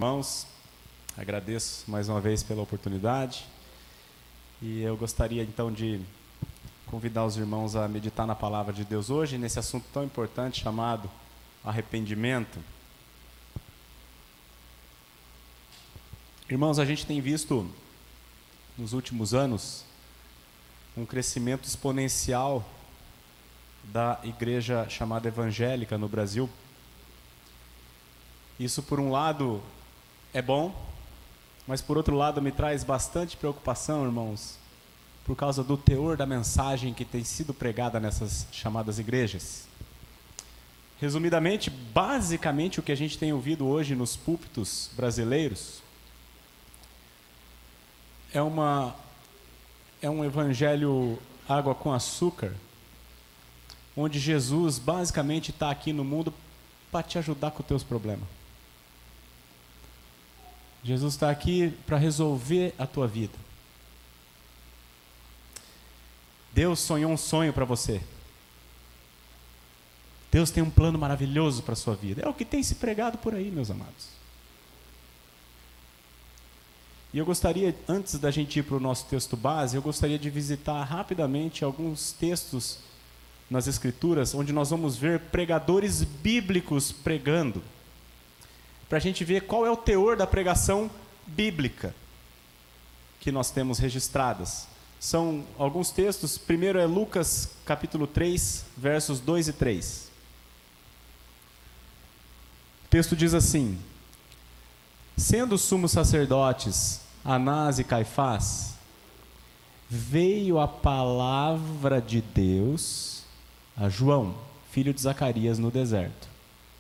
irmãos, agradeço mais uma vez pela oportunidade e eu gostaria então de convidar os irmãos a meditar na palavra de Deus hoje, nesse assunto tão importante chamado arrependimento. Irmãos, a gente tem visto nos últimos anos um crescimento exponencial da igreja chamada evangélica no Brasil. Isso, por um lado, é bom, mas, por outro lado, me traz bastante preocupação, irmãos, por causa do teor da mensagem que tem sido pregada nessas chamadas igrejas. Resumidamente, basicamente, o que a gente tem ouvido hoje nos púlpitos brasileiros é um evangelho água com açúcar, onde Jesus basicamente está aqui no mundo para te ajudar com os teus problemas. Jesus está aqui para resolver a tua vida. Deus sonhou um sonho para você. Deus tem um plano maravilhoso para a sua vida. É o que tem se pregado por aí, meus amados. E eu gostaria, antes da gente ir para o nosso texto base, eu gostaria de visitar rapidamente alguns textos nas Escrituras, onde nós vamos ver pregadores bíblicos pregando, para a gente ver qual é o teor da pregação bíblica que nós temos registradas. São alguns textos. Primeiro é Lucas capítulo 3, versos 2 e 3. O texto diz assim: sendo os sumos sacerdotes Anás e Caifás, veio a palavra de Deus a João, filho de Zacarias, no deserto.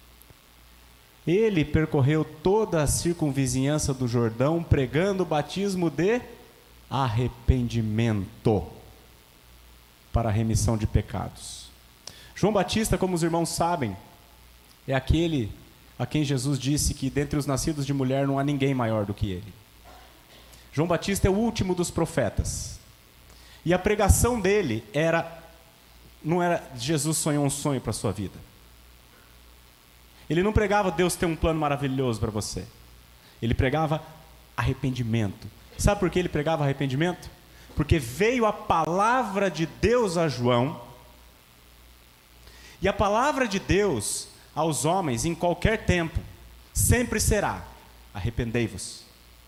Ele percorreu toda a circunvizinhança do Jordão, pregando o batismo de arrependimento para a remissão de pecados. João Batista, como os irmãos sabem, é aquele a quem Jesus disse que dentre os nascidos de mulher não há ninguém maior do que ele. João Batista é o último dos profetas. E a pregação dele não era Jesus sonhou um sonho para a sua vida. Ele não pregava Deus tem um plano maravilhoso para você. Ele pregava arrependimento. Sabe por que ele pregava arrependimento? Porque veio a palavra de Deus a João. E a palavra de Deus aos homens em qualquer tempo sempre será: arrependei-vos.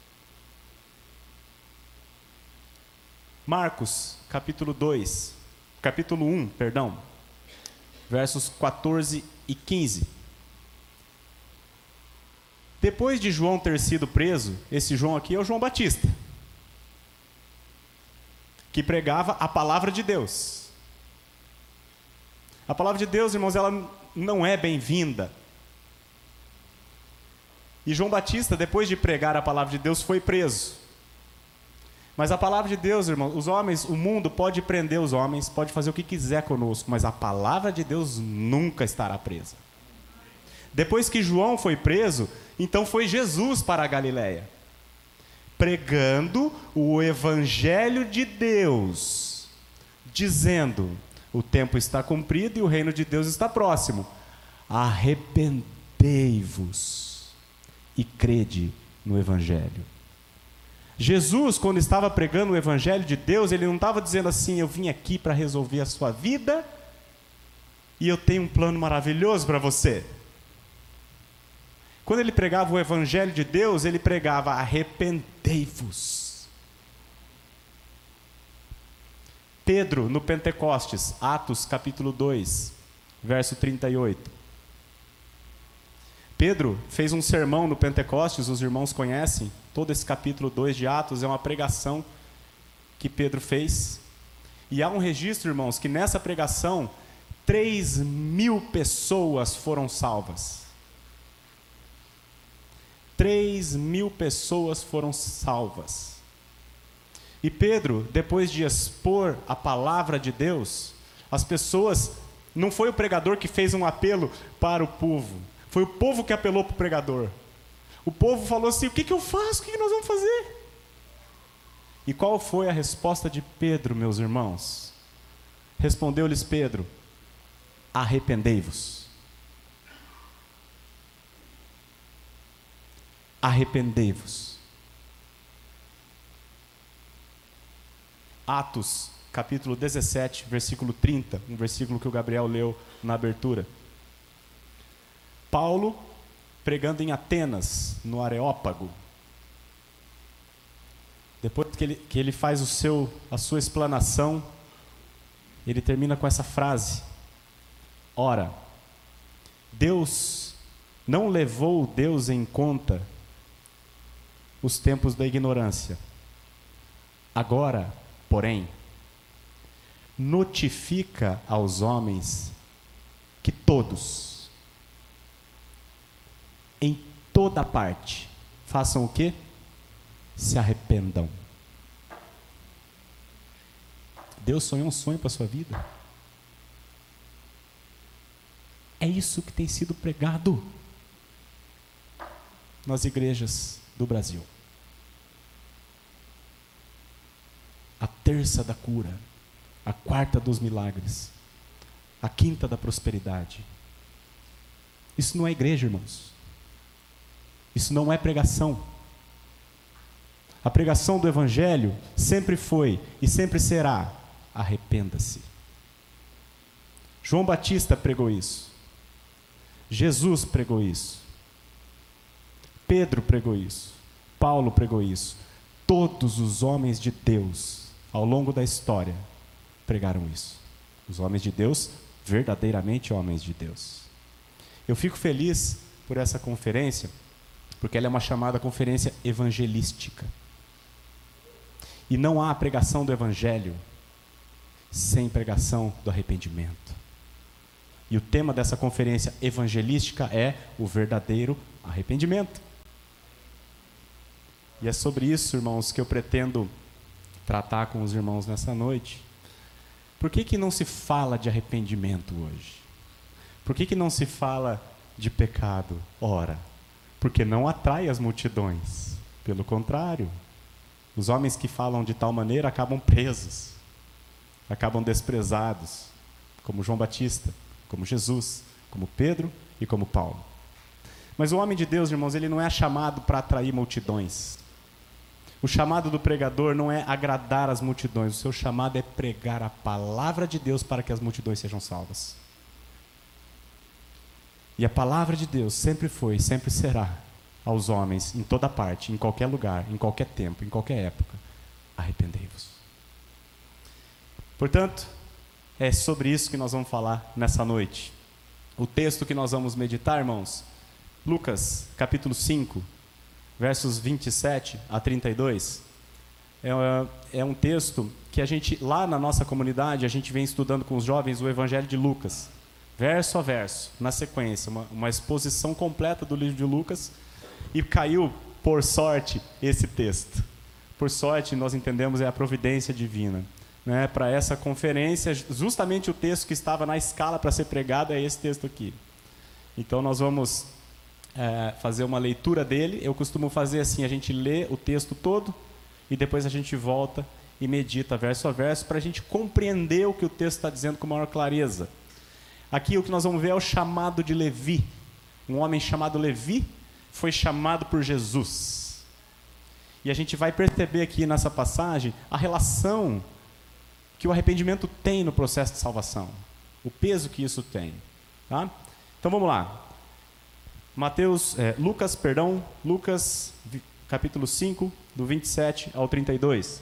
Marcos, capítulo 1, versos 14 e 15. Depois de João ter sido preso, esse João aqui é o João Batista, que pregava a palavra de Deus. A palavra de Deus, irmãos, ela não é bem-vinda. E João Batista, depois de pregar a palavra de Deus, foi preso. Mas a palavra de Deus, irmãos, os homens, o mundo pode prender os homens, pode fazer o que quiser conosco, mas a palavra de Deus nunca estará presa. Depois que João foi preso, então foi Jesus para a Galileia, pregando o evangelho de Deus, dizendo: o tempo está cumprido e o reino de Deus está próximo. Arrependei-vos e crede no evangelho. Jesus, quando estava pregando o evangelho de Deus, ele não estava dizendo assim: eu vim aqui para resolver a sua vida e eu tenho um plano maravilhoso para você. Quando ele pregava o evangelho de Deus, ele pregava: arrependei-vos. Pedro, no Pentecostes, Atos capítulo 2, verso 38. Pedro fez um sermão no Pentecostes, os irmãos conhecem, todo esse capítulo 2 de Atos é uma pregação que Pedro fez. E há um registro, irmãos, que nessa pregação 3.000 pessoas foram salvas. 3.000 pessoas foram salvas. E Pedro, depois de expor a palavra de Deus, as pessoas, não foi o pregador que fez um apelo para o povo, foi o povo que apelou para o pregador. O povo falou assim: o que eu faço? O que nós vamos fazer? E qual foi a resposta de Pedro, meus irmãos? Respondeu-lhes Pedro: arrependei-vos. arrependei-vos. Atos, capítulo 17, versículo 30, um versículo que o Gabriel leu na abertura. Paulo, pregando em Atenas, no Areópago, depois que ele faz a sua explanação, ele termina com essa frase: ora, Deus não levou Deus em conta os tempos da ignorância. Agora, porém, notifica aos homens que todos, em toda parte, façam o quê? Se arrependam. Deus sonhou um sonho para a sua vida? É isso que tem sido pregado nas igrejas do Brasil. A terça da cura, a quarta dos milagres, a quinta da prosperidade. Isso não é igreja, irmãos. Isso não é pregação. A pregação do Evangelho sempre foi e sempre será: arrependa-se. João Batista pregou isso. Jesus pregou isso. Pedro pregou isso. Paulo pregou isso. Todos os homens de Deus, ao longo da história, pregaram isso. Os homens de Deus, verdadeiramente homens de Deus. Eu fico feliz por essa conferência, porque ela é uma chamada conferência evangelística. E não há pregação do Evangelho sem pregação do arrependimento. E o tema dessa conferência evangelística é o verdadeiro arrependimento. E é sobre isso, irmãos, que eu pretendo tratar com os irmãos nessa noite. Por que não se fala de arrependimento hoje? Por que não se fala de pecado? Ora, porque não atrai as multidões. Pelo contrário, os homens que falam de tal maneira acabam presos, acabam desprezados, como João Batista, como Jesus, como Pedro e como Paulo. Mas o homem de Deus, irmãos, ele não é chamado para atrair multidões. O chamado do pregador não é agradar as multidões, o seu chamado é pregar a palavra de Deus para que as multidões sejam salvas. E a palavra de Deus sempre foi e sempre será aos homens, em toda parte, em qualquer lugar, em qualquer tempo, em qualquer época: arrependei-vos. Portanto, é sobre isso que nós vamos falar nessa noite. O texto que nós vamos meditar, irmãos, Lucas, capítulo 5, versos 27 a 32, é um texto que a gente, lá na nossa comunidade, a gente vem estudando com os jovens o Evangelho de Lucas, verso a verso, na sequência, uma exposição completa do livro de Lucas, e caiu, por sorte, esse texto. Por sorte, nós entendemos, é a providência divina. Para essa conferência, justamente o texto que estava na escala para ser pregado é esse texto aqui. Então nós vamos fazer uma leitura dele. Eu costumo fazer assim: a gente lê o texto todo e depois a gente volta e medita verso a verso para a gente compreender o que o texto está dizendo com maior clareza. Aqui o que nós vamos ver é o chamado de Levi. Um homem chamado Levi foi chamado por Jesus. E a gente vai perceber aqui nessa passagem a relação que o arrependimento tem no processo de salvação, o peso que isso tem, tá? Então vamos lá. Lucas, capítulo 5, do 27 ao 32.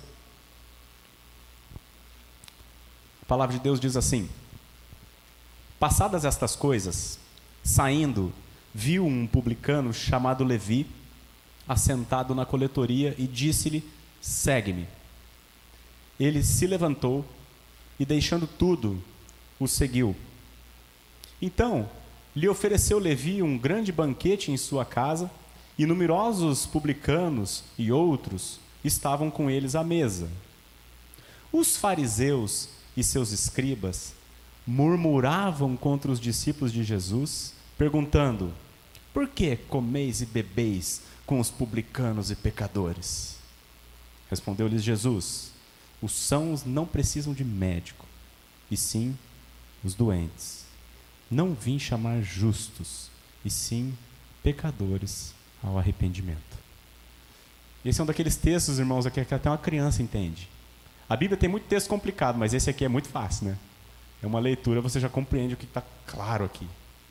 A palavra de Deus diz assim: passadas estas coisas, saindo, viu um publicano chamado Levi, assentado na coletoria, e disse-lhe: segue-me. Ele se levantou e, deixando tudo, o seguiu. Então, lhe ofereceu Levi um grande banquete em sua casa, e numerosos publicanos e outros estavam com eles à mesa. Os fariseus e seus escribas murmuravam contra os discípulos de Jesus, perguntando: por que comeis e bebeis com os publicanos e pecadores? Respondeu-lhes Jesus: os sãos não precisam de médico, e sim os doentes. Não vim chamar justos, e sim pecadores ao arrependimento. Esse é um daqueles textos, irmãos, aqui que até uma criança entende. A Bíblia tem muito texto complicado, mas esse aqui é muito fácil, né? É uma leitura, você já compreende o que está claro aqui.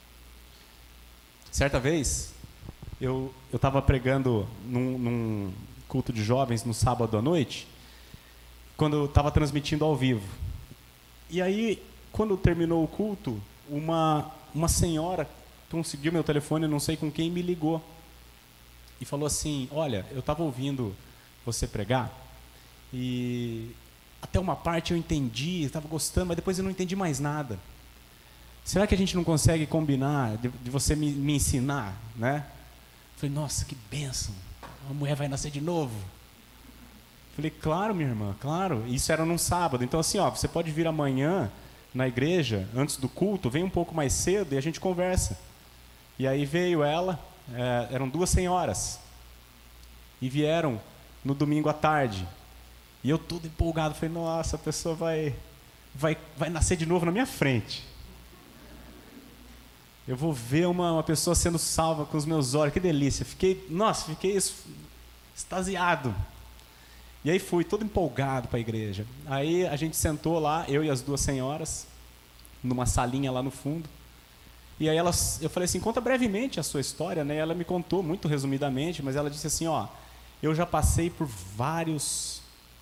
Certa vez, eu estava pregando num culto de jovens no sábado à noite, quando eu estava transmitindo ao vivo. E aí, quando terminou o culto, uma senhora conseguiu meu telefone, não sei com quem, me ligou. E falou assim, olha, eu estava ouvindo você pregar, e até uma parte eu entendi, estava gostando, mas depois eu não entendi mais nada. Será que a gente não consegue combinar de você me ensinar, né? Falei, nossa, que bênção, a mulher vai nascer de novo. Falei, claro, minha irmã, claro. Isso era num sábado, então assim, ó, você pode vir amanhã na igreja, antes do culto, vem um pouco mais cedo e a gente conversa. E aí veio ela, eram 2 senhoras, e vieram no domingo à tarde. E eu todo empolgado, falei, nossa, a pessoa vai nascer de novo na minha frente. Eu vou ver uma pessoa sendo salva com os meus olhos, que delícia. Fiquei extasiado. E aí fui todo empolgado para a igreja. Aí a gente sentou lá, eu e as 2 senhoras, numa salinha lá no fundo. E aí eu falei assim, conta brevemente a sua história, né? Ela me contou muito resumidamente, mas ela disse assim, ó, eu já passei por várias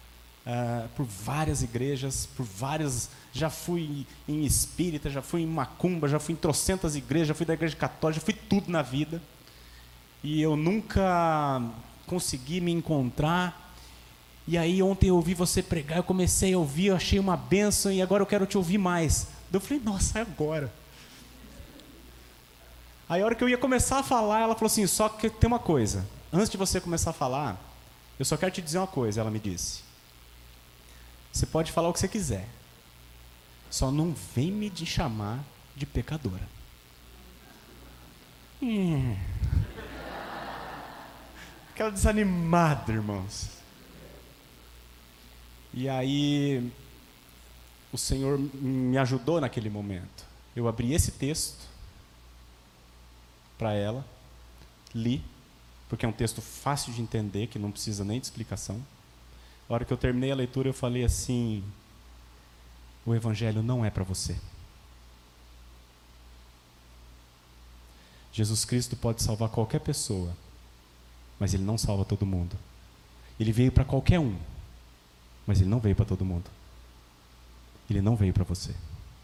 igrejas, já fui em espírita, já fui em macumba, já fui em trocentas igrejas, já fui da igreja católica, já fui tudo na vida. E eu nunca consegui me encontrar. E aí ontem eu ouvi você pregar, eu comecei a ouvir, eu achei uma bênção e agora eu quero te ouvir mais. Eu falei, nossa, é agora. Aí a hora que eu ia começar a falar, ela falou assim, só que tem uma coisa, antes de você começar a falar, eu só quero te dizer uma coisa, ela me disse. Você pode falar o que você quiser, só não vem me chamar de pecadora. Aquela desanimada, irmãos. E aí, o Senhor me ajudou naquele momento. Eu abri esse texto para ela, li, porque é um texto fácil de entender, que não precisa nem de explicação. A hora que eu terminei a leitura, eu falei assim, o Evangelho não é para você. Jesus Cristo pode salvar qualquer pessoa, mas Ele não salva todo mundo. Ele veio para qualquer um, mas Ele não veio para todo mundo. Ele não veio para você.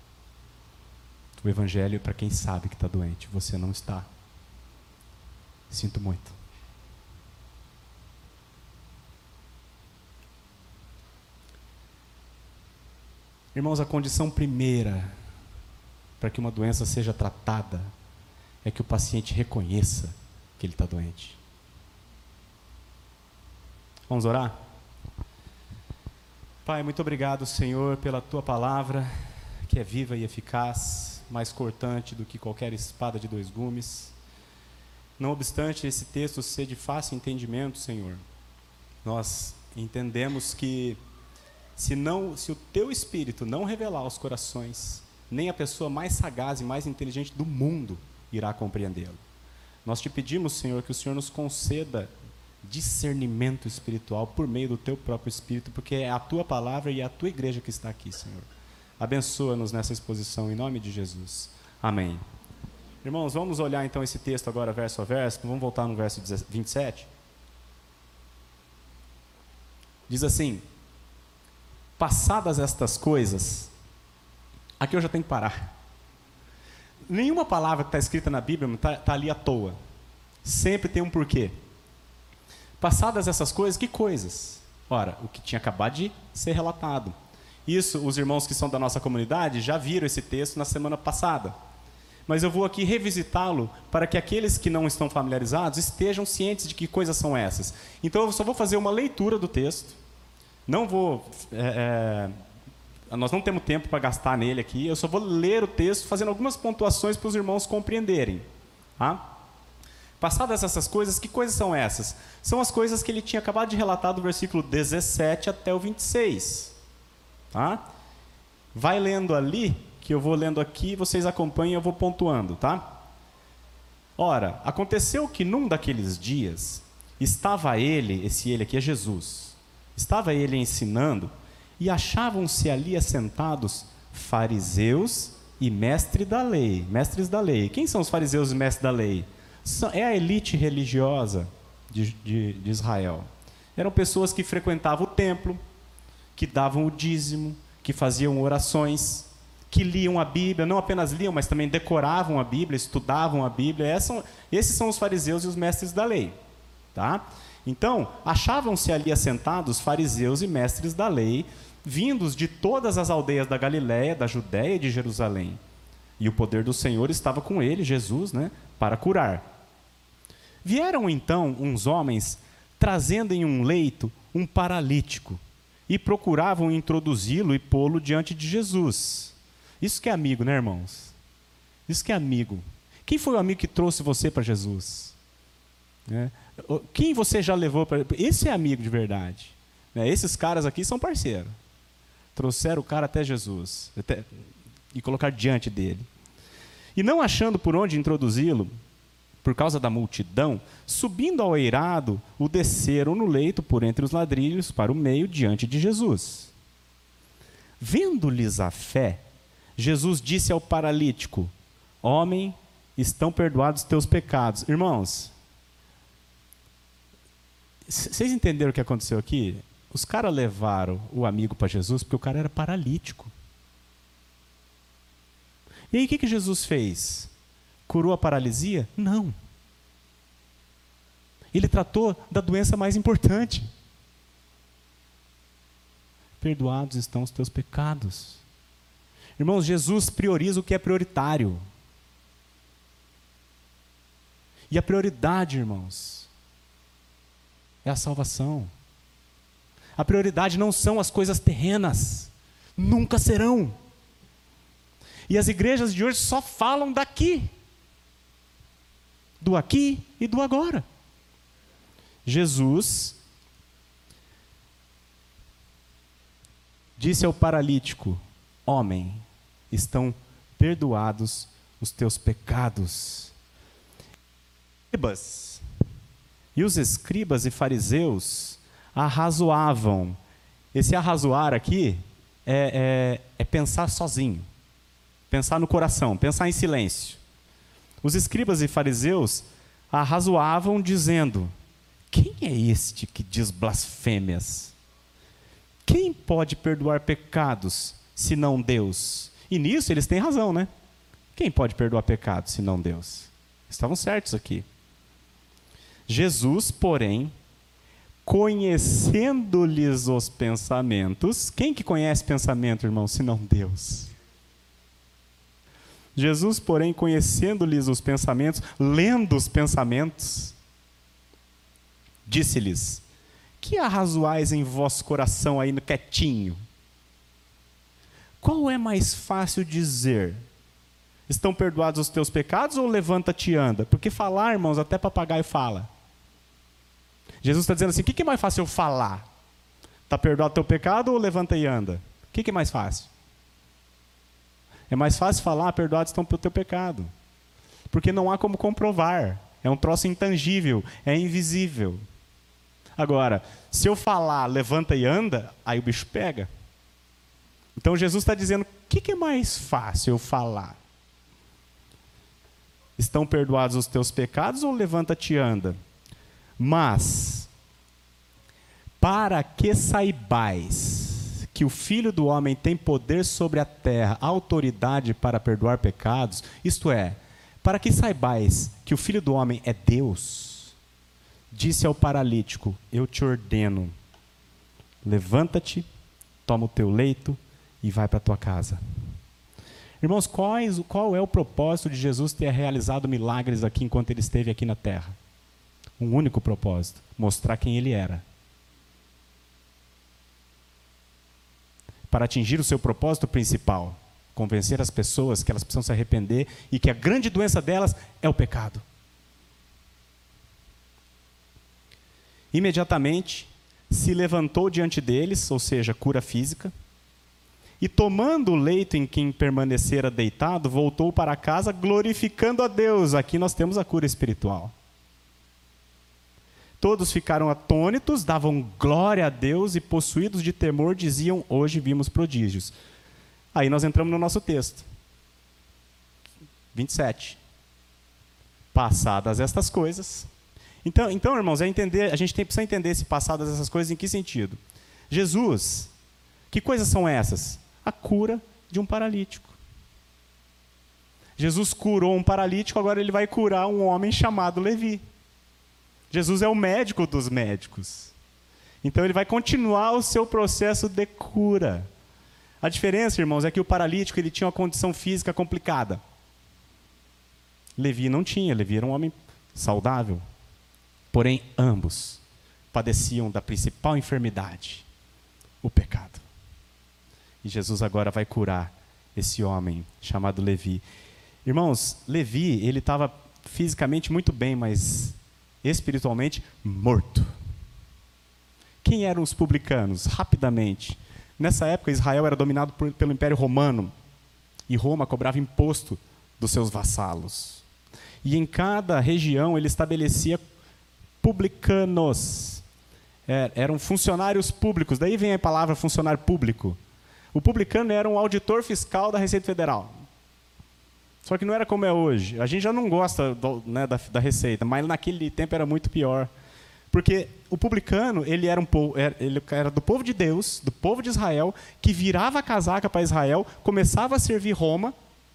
O Evangelho é para quem sabe que está doente. Você não está. Sinto muito. Irmãos, a condição primeira para que uma doença seja tratada é que o paciente reconheça que ele está doente. Vamos orar? Pai, muito obrigado, Senhor, pela Tua palavra, que é viva e eficaz, mais cortante do que qualquer espada de 2 gumes. Não obstante esse texto ser de fácil entendimento, Senhor, nós entendemos que se o Teu Espírito não revelar aos corações, nem a pessoa mais sagaz e mais inteligente do mundo irá compreendê-lo. Nós te pedimos, Senhor, que o Senhor nos conceda discernimento espiritual por meio do Teu próprio Espírito, porque é a Tua palavra e é a Tua igreja que está aqui, Senhor. Abençoa-nos nessa exposição, em nome de Jesus. Amém. Irmãos, vamos olhar então esse texto agora verso a verso. Vamos voltar no verso 27. Diz assim, passadas estas coisas, aqui eu já tenho que parar. Nenhuma palavra que está escrita na Bíblia está ali à toa. Sempre tem um porquê. Passadas essas coisas, que coisas? Ora, o que tinha acabado de ser relatado. Isso, os irmãos que são da nossa comunidade já viram esse texto na semana passada. Mas eu vou aqui revisitá-lo para que aqueles que não estão familiarizados estejam cientes de que coisas são essas. Então eu só vou fazer uma leitura do texto. Não vou... nós não temos tempo para gastar nele aqui. Eu só vou ler o texto fazendo algumas pontuações para os irmãos compreenderem. Tá? Passadas essas coisas, que coisas são essas? São as coisas que ele tinha acabado de relatar do versículo 17 até o 26. Tá? Vai lendo ali, que eu vou lendo aqui, vocês acompanhem, eu vou pontuando, tá? Ora, aconteceu que num daqueles dias, estava ele, esse ele aqui é Jesus, estava ele ensinando, e achavam-se ali assentados fariseus e mestres da lei. Quem são os fariseus e mestres da lei? É a elite religiosa de Israel. Eram pessoas que frequentavam o templo, que davam o dízimo, que faziam orações, que liam a Bíblia, não apenas liam, mas também decoravam a Bíblia, estudavam a Bíblia. Esses são os fariseus e os mestres da lei. Tá? Então, achavam-se ali assentados fariseus e mestres da lei, vindos de todas as aldeias da Galiléia, da Judéia e de Jerusalém. E o poder do Senhor estava com ele, Jesus, né, para curar. Vieram então uns homens, trazendo em um leito um paralítico, e procuravam introduzi-lo e pô-lo diante de Jesus. Isso que é amigo, né, irmãos? Isso que é amigo. Quem foi o amigo que trouxe você para Jesus? Quem você já levou para... Esse é amigo de verdade. Esses caras aqui são parceiros. Trouxeram o cara até Jesus e colocaram diante dele. E não achando por onde introduzi-lo, por causa da multidão, subindo ao eirado, o desceram no leito por entre os ladrilhos para o meio diante de Jesus. Vendo-lhes a fé, Jesus disse ao paralítico: homem, estão perdoados os teus pecados. Irmãos, vocês entenderam o que aconteceu aqui? Os caras levaram o amigo para Jesus porque o cara era paralítico. E aí o que Jesus fez? Curou a paralisia? Não. Ele tratou da doença mais importante. Perdoados estão os teus pecados. Irmãos, Jesus prioriza o que é prioritário. E a prioridade, irmãos, é a salvação. A prioridade não são as coisas terrenas. Nunca serão. E as igrejas de hoje só falam daqui. Do aqui e do agora. Jesus disse ao paralítico: homem, estão perdoados os teus pecados. E os escribas e fariseus arrazoavam. Esse arrazoar aqui é pensar sozinho, pensar no coração, pensar em silêncio. Os escribas e fariseus arrazoavam dizendo: quem é este que diz blasfêmias? Quem pode perdoar pecados, senão Deus? E nisso eles têm razão, né? Quem pode perdoar pecados, senão Deus? Estavam certos aqui. Jesus, porém, conhecendo-lhes os pensamentos... Quem que conhece pensamento, irmão, senão Deus? Jesus, porém, conhecendo-lhes os pensamentos, lendo os pensamentos, disse-lhes: que arrazoais em vosso coração aí no quietinho? Qual é mais fácil dizer? Estão perdoados os teus pecados ou levanta-te e anda? Porque falar, irmãos, até papagaio fala. Jesus está dizendo assim: o que é mais fácil eu falar? Está perdoado o teu pecado ou levanta e anda? O que é mais fácil? É mais fácil falar: perdoados estão pelo teu pecado. Porque não há como comprovar. É um troço intangível, é invisível. Agora, se eu falar, levanta e anda, aí o bicho pega. Então Jesus está dizendo: o que é mais fácil eu falar? Estão perdoados os teus pecados ou levanta-te e anda? Mas, para que saibais que o Filho do Homem tem poder sobre a terra, autoridade para perdoar pecados, isto é, para que saibais que o Filho do Homem é Deus, disse ao paralítico: eu te ordeno, levanta-te, toma o teu leito e vai para a tua casa. Irmãos, qual é o propósito de Jesus ter realizado milagres aqui enquanto ele esteve aqui na terra? Um único propósito: mostrar quem ele era. Para atingir o seu propósito principal, convencer as pessoas que elas precisam se arrepender e que a grande doença delas é o pecado. Imediatamente se levantou diante deles, ou seja, cura física, E tomando o leito em que permanecera deitado, voltou para casa glorificando a Deus. Aqui nós temos a cura espiritual. Todos ficaram atônitos, davam glória a Deus e, possuídos de temor, diziam: hoje vimos prodígios. Aí nós entramos no nosso texto. 27. Passadas estas coisas. Então irmãos, a gente precisa entender esse passadas essas coisas em que sentido? Jesus, que coisas são essas? A cura de um paralítico. Jesus curou um paralítico, agora ele vai curar um homem chamado Levi. Jesus é o médico dos médicos. Então ele vai continuar o seu processo de cura. A diferença, irmãos, é que o paralítico ele tinha uma condição física complicada. Levi não tinha, Levi era um homem saudável. Porém, ambos padeciam da principal enfermidade, o pecado. E Jesus agora vai curar esse homem chamado Levi. Irmãos, Levi, ele estava fisicamente muito bem, mas espiritualmente morto. Quem eram os publicanos? Rapidamente. Nessa época, Israel era dominado pelo Império Romano. E Roma cobrava imposto dos seus vassalos. E em cada região ele estabelecia publicanos. Eram funcionários públicos. Daí vem a palavra funcionário público. O publicano era um auditor fiscal da Receita Federal. Só que não era como é hoje. A gente já não gosta da Receita, mas naquele tempo era muito pior. Porque o publicano, ele era do povo de Deus, do povo de Israel, que virava a casaca para Israel, começava a servir Roma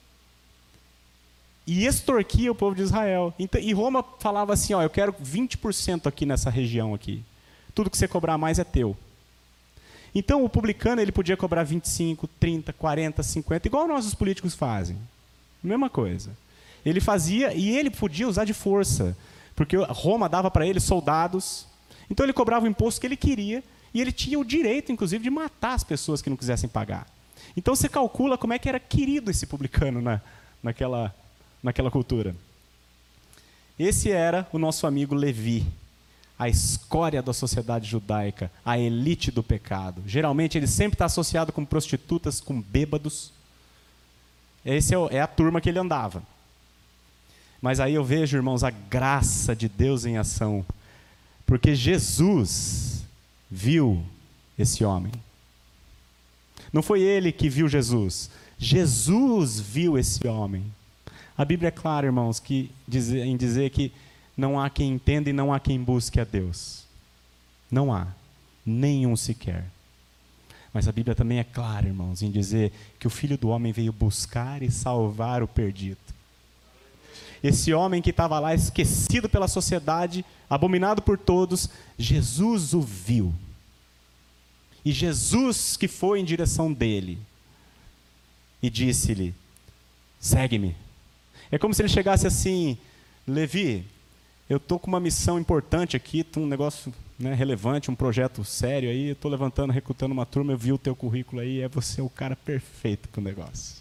e extorquia o povo de Israel. Então, e Roma falava assim: eu quero 20% aqui nessa região aqui. Tudo que você cobrar mais é teu. Então o publicano ele podia cobrar 25, 30, 40, 50, igual nossos políticos fazem. Mesma coisa. Ele fazia e ele podia usar de força, porque Roma dava para ele soldados. Então ele cobrava o imposto que ele queria e ele tinha o direito, inclusive, de matar as pessoas que não quisessem pagar. Então você calcula como é que era querido esse publicano naquela cultura. Esse era o nosso amigo Levi, a escória da sociedade judaica, a elite do pecado. Geralmente ele sempre está associado com prostitutas, com bêbados. Essa é a turma que ele andava. Mas aí eu vejo, irmãos, a graça de Deus em ação. Porque Jesus viu esse homem. Não foi ele que viu Jesus. Jesus viu esse homem. A Bíblia é clara, irmãos, em dizer que não há quem entenda e não há quem busque a Deus. Não há. Nenhum sequer. Mas a Bíblia também é clara, irmãos, em dizer que o Filho do Homem veio buscar e salvar o perdido. Esse homem que estava lá esquecido pela sociedade, abominado por todos, Jesus o viu. E Jesus que foi em direção dele e disse-lhe: segue-me. É como se ele chegasse assim: Levi, eu estou com uma missão importante aqui, um negócio relevante, um projeto sério aí, eu estou recrutando uma turma, eu vi o teu currículo aí, é você o cara perfeito para o negócio.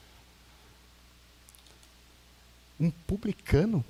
Um publicano?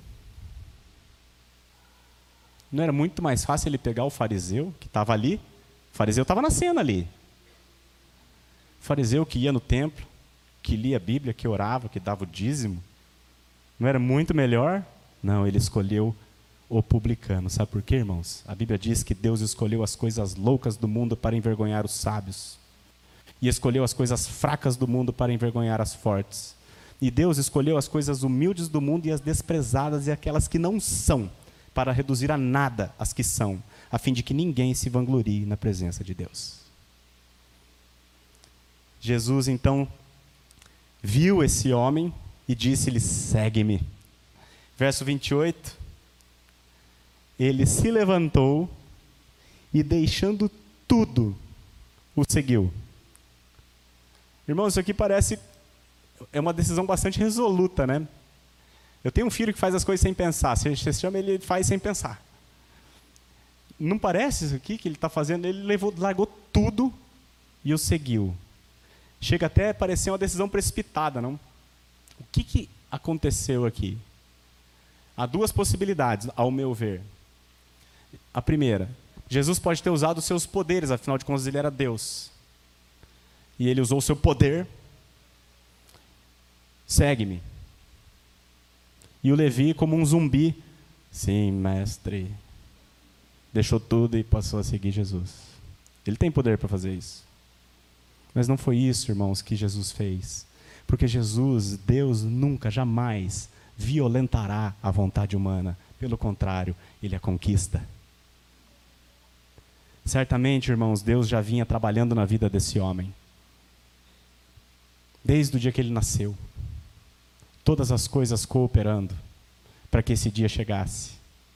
Não era muito mais fácil ele pegar o fariseu que estava ali? O fariseu estava na cena ali. O fariseu que ia no templo, que lia a Bíblia, que orava, que dava o dízimo. Não era muito melhor? Não, ele escolheu o publicano. Sabe por quê, irmãos? A Bíblia diz que Deus escolheu as coisas loucas do mundo para envergonhar os sábios. E escolheu as coisas fracas do mundo para envergonhar as fortes. E Deus escolheu as coisas humildes do mundo e as desprezadas e aquelas que não são, para reduzir a nada as que são, a fim de que ninguém se vanglorie na presença de Deus. Jesus, então, viu esse homem e disse-lhe: segue-me. Verso 28, ele se levantou e, deixando tudo, o seguiu. Irmãos, isso aqui é uma decisão bastante resoluta, né? Eu tenho um filho que faz as coisas sem pensar. Você chama ele, ele faz sem pensar. Não parece isso aqui que ele está fazendo? Ele largou tudo e o seguiu. Chega até a parecer uma decisão precipitada, não? O que aconteceu aqui? Há duas possibilidades, ao meu ver. A primeira, Jesus pode ter usado os seus poderes, afinal de contas ele era Deus. E ele usou o seu poder. Segue-me. E o Levi, como um zumbi, sim, mestre, deixou tudo e passou a seguir Jesus. Ele tem poder para fazer isso. Mas não foi isso, irmãos, que Jesus fez. Porque Jesus, Deus, nunca, jamais violentará a vontade humana. Pelo contrário, Ele a conquista. Certamente, irmãos, Deus já vinha trabalhando na vida desse homem. Desde o dia que ele nasceu. Todas as coisas cooperando para que esse dia chegasse.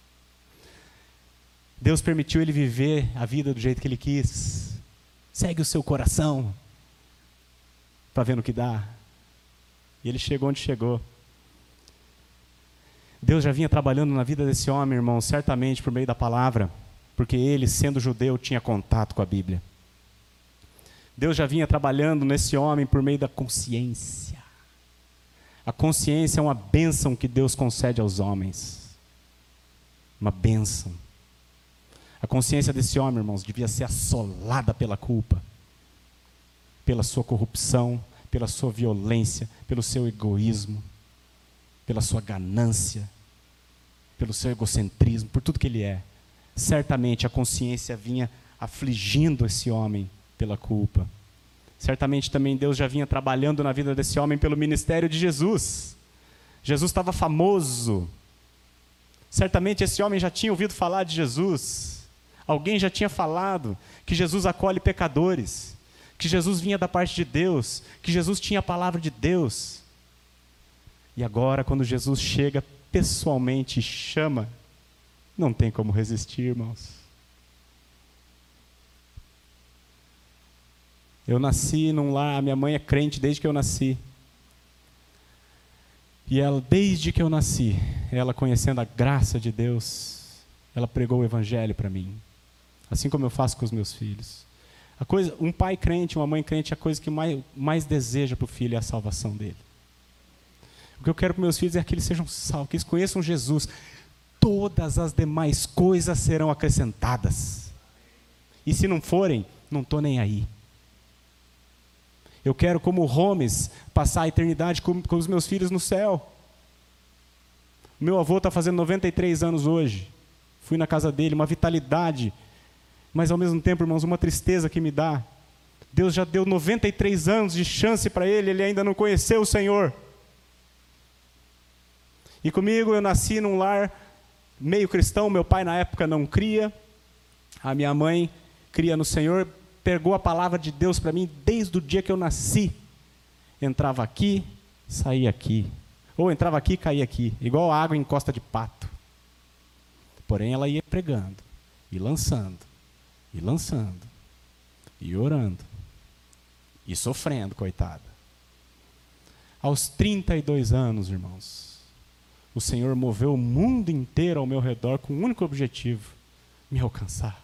Deus permitiu ele viver a vida do jeito que ele quis. Segue o seu coração para ver no que dá. E ele chegou onde chegou. Deus já vinha trabalhando na vida desse homem, irmão, certamente por meio da palavra, porque ele, sendo judeu, tinha contato com a Bíblia. Deus já vinha trabalhando nesse homem por meio da consciência. A consciência é uma bênção que Deus concede aos homens. Uma bênção. A consciência desse homem, irmãos, devia ser assolada pela culpa, pela sua corrupção, pela sua violência, pelo seu egoísmo, pela sua ganância, pelo seu egocentrismo, por tudo que ele é. Certamente a consciência vinha afligindo esse homem pela culpa. Certamente também Deus já vinha trabalhando na vida desse homem pelo ministério de Jesus. Jesus estava famoso. Certamente esse homem já tinha ouvido falar de Jesus. Alguém já tinha falado que Jesus acolhe pecadores, que Jesus vinha da parte de Deus, que Jesus tinha a palavra de Deus. E agora, quando Jesus chega pessoalmente e chama, não tem como resistir, irmãos. Eu nasci num lar, minha mãe é crente desde que eu nasci. E ela, desde que eu nasci, ela conhecendo a graça de Deus, ela pregou o evangelho para mim. Assim como eu faço com os meus filhos. Um pai crente, uma mãe crente, a coisa que mais deseja para o filho é a salvação dele. O que eu quero para meus filhos é que eles sejam salvos, que eles conheçam Jesus. Todas as demais coisas serão acrescentadas. E se não forem, não estou nem aí. Eu quero, como Holmes, passar a eternidade com os meus filhos no céu. O meu avô está fazendo 93 anos hoje. Fui na casa dele, uma vitalidade, mas ao mesmo tempo, irmãos, uma tristeza que me dá. Deus já deu 93 anos de chance para ele, ele ainda não conheceu o Senhor. E comigo eu nasci num lar meio cristão, meu pai na época não cria, a minha mãe cria no Senhor, pegou a palavra de Deus para mim desde o dia que eu nasci. Entrava aqui, saía aqui. Ou entrava aqui e caía aqui, igual água em costa de pato. Porém ela ia pregando, e lançando, e orando, e sofrendo, coitada. Aos 32 anos, irmãos, o Senhor moveu o mundo inteiro ao meu redor com um único objetivo: me alcançar.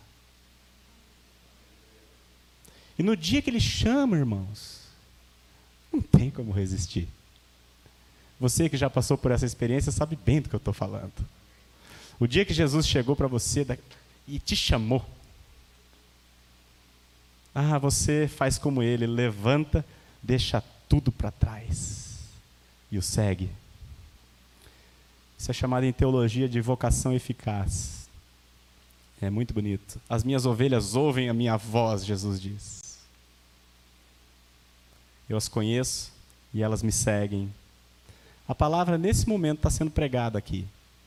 E no dia que Ele chama, irmãos, não tem como resistir. Você que já passou por essa experiência sabe bem do que eu estou falando. O dia que Jesus chegou para você e te chamou, você faz como Ele, levanta, deixa tudo para trás e o segue. Isso é chamado em teologia de vocação eficaz. É muito bonito. As minhas ovelhas ouvem a minha voz, Jesus diz. Eu as conheço e elas me seguem. A palavra nesse momento está sendo pregada aqui.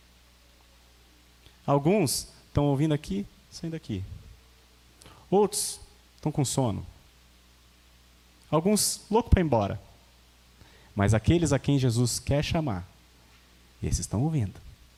Alguns estão ouvindo aqui, saindo daqui. Outros estão com sono. Alguns loucos para ir embora. Mas aqueles a quem Jesus quer chamar, esses estão ouvindo.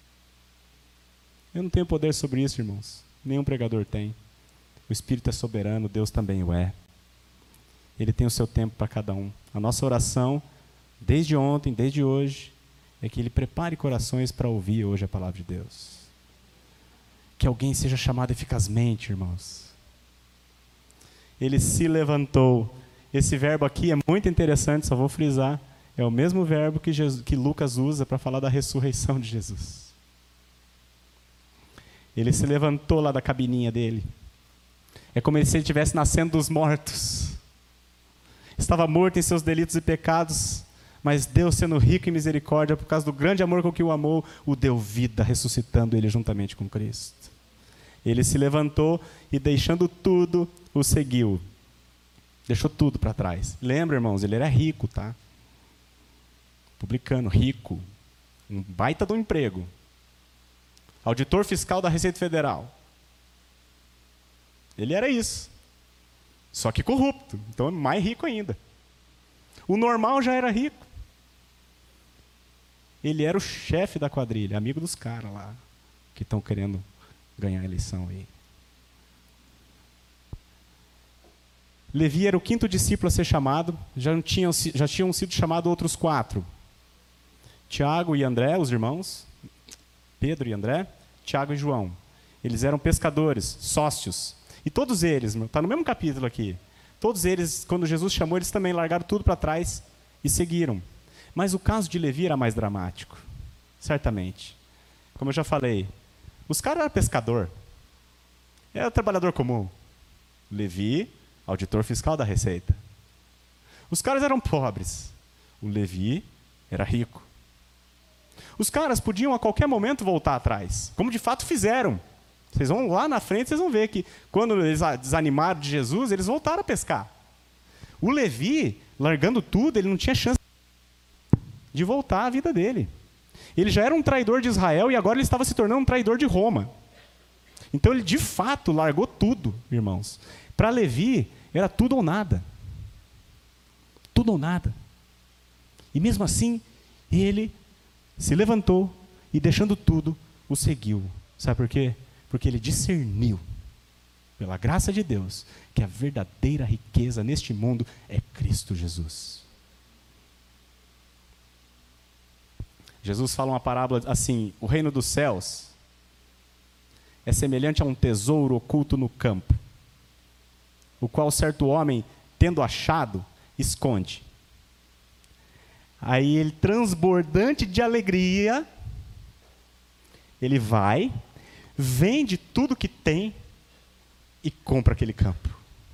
Eu não tenho poder sobre isso, irmãos. Nenhum pregador tem. O Espírito é soberano, Deus também o é. Ele tem o seu tempo para cada um. A nossa oração, desde ontem, desde hoje, é que Ele prepare corações para ouvir hoje a palavra de Deus. Que alguém seja chamado eficazmente, irmãos. Ele se levantou. Esse verbo aqui é muito interessante, só vou frisar. É o mesmo verbo que Lucas usa para falar da ressurreição de Jesus. Ele se levantou lá da cabininha dele. É como se ele estivesse nascendo dos mortos. Estava morto em seus delitos e pecados, mas Deus, sendo rico em misericórdia, por causa do grande amor com que o amou, o deu vida, ressuscitando ele juntamente com Cristo. Ele se levantou e, deixando tudo, o seguiu. Deixou tudo para trás. Lembra, irmãos, ele era rico, tá? Publicano, rico. Um baita de um emprego. Auditor fiscal da Receita Federal. Ele era isso. Só que corrupto. Então, mais rico ainda. O normal já era rico. Ele era o chefe da quadrilha, amigo dos caras lá, que estão querendo ganhar a eleição aí. Levi era o 5º discípulo a ser chamado, já tinham sido chamados outros 4. Tiago e André, os irmãos, Pedro e André, Tiago e João. Eles eram pescadores, sócios. E todos eles, está no mesmo capítulo aqui, todos eles, quando Jesus chamou, eles também largaram tudo para trás e seguiram. Mas o caso de Levi era mais dramático, certamente. Como eu já falei, os caras eram pescador, era trabalhador comum. Levi, auditor fiscal da Receita. Os caras eram pobres, o Levi era rico. Os caras podiam a qualquer momento voltar atrás, como de fato fizeram. Vocês vão lá na frente, vocês vão ver que quando eles desanimaram de Jesus, eles voltaram a pescar. O Levi, largando tudo, ele não tinha chance de voltar à vida dele. Ele já era um traidor de Israel e agora ele estava se tornando um traidor de Roma. Então ele de fato largou tudo, irmãos. Para Levi era tudo ou nada. Tudo ou nada. E mesmo assim, ele se levantou e, deixando tudo, o seguiu. Sabe por quê? Porque ele discerniu, pela graça de Deus, que a verdadeira riqueza neste mundo é Cristo Jesus. Jesus fala uma parábola assim: o reino dos céus é semelhante a um tesouro oculto no campo, o qual certo homem, tendo achado, esconde. Aí ele, transbordante de alegria, ele vai, vende tudo que tem e compra aquele campo.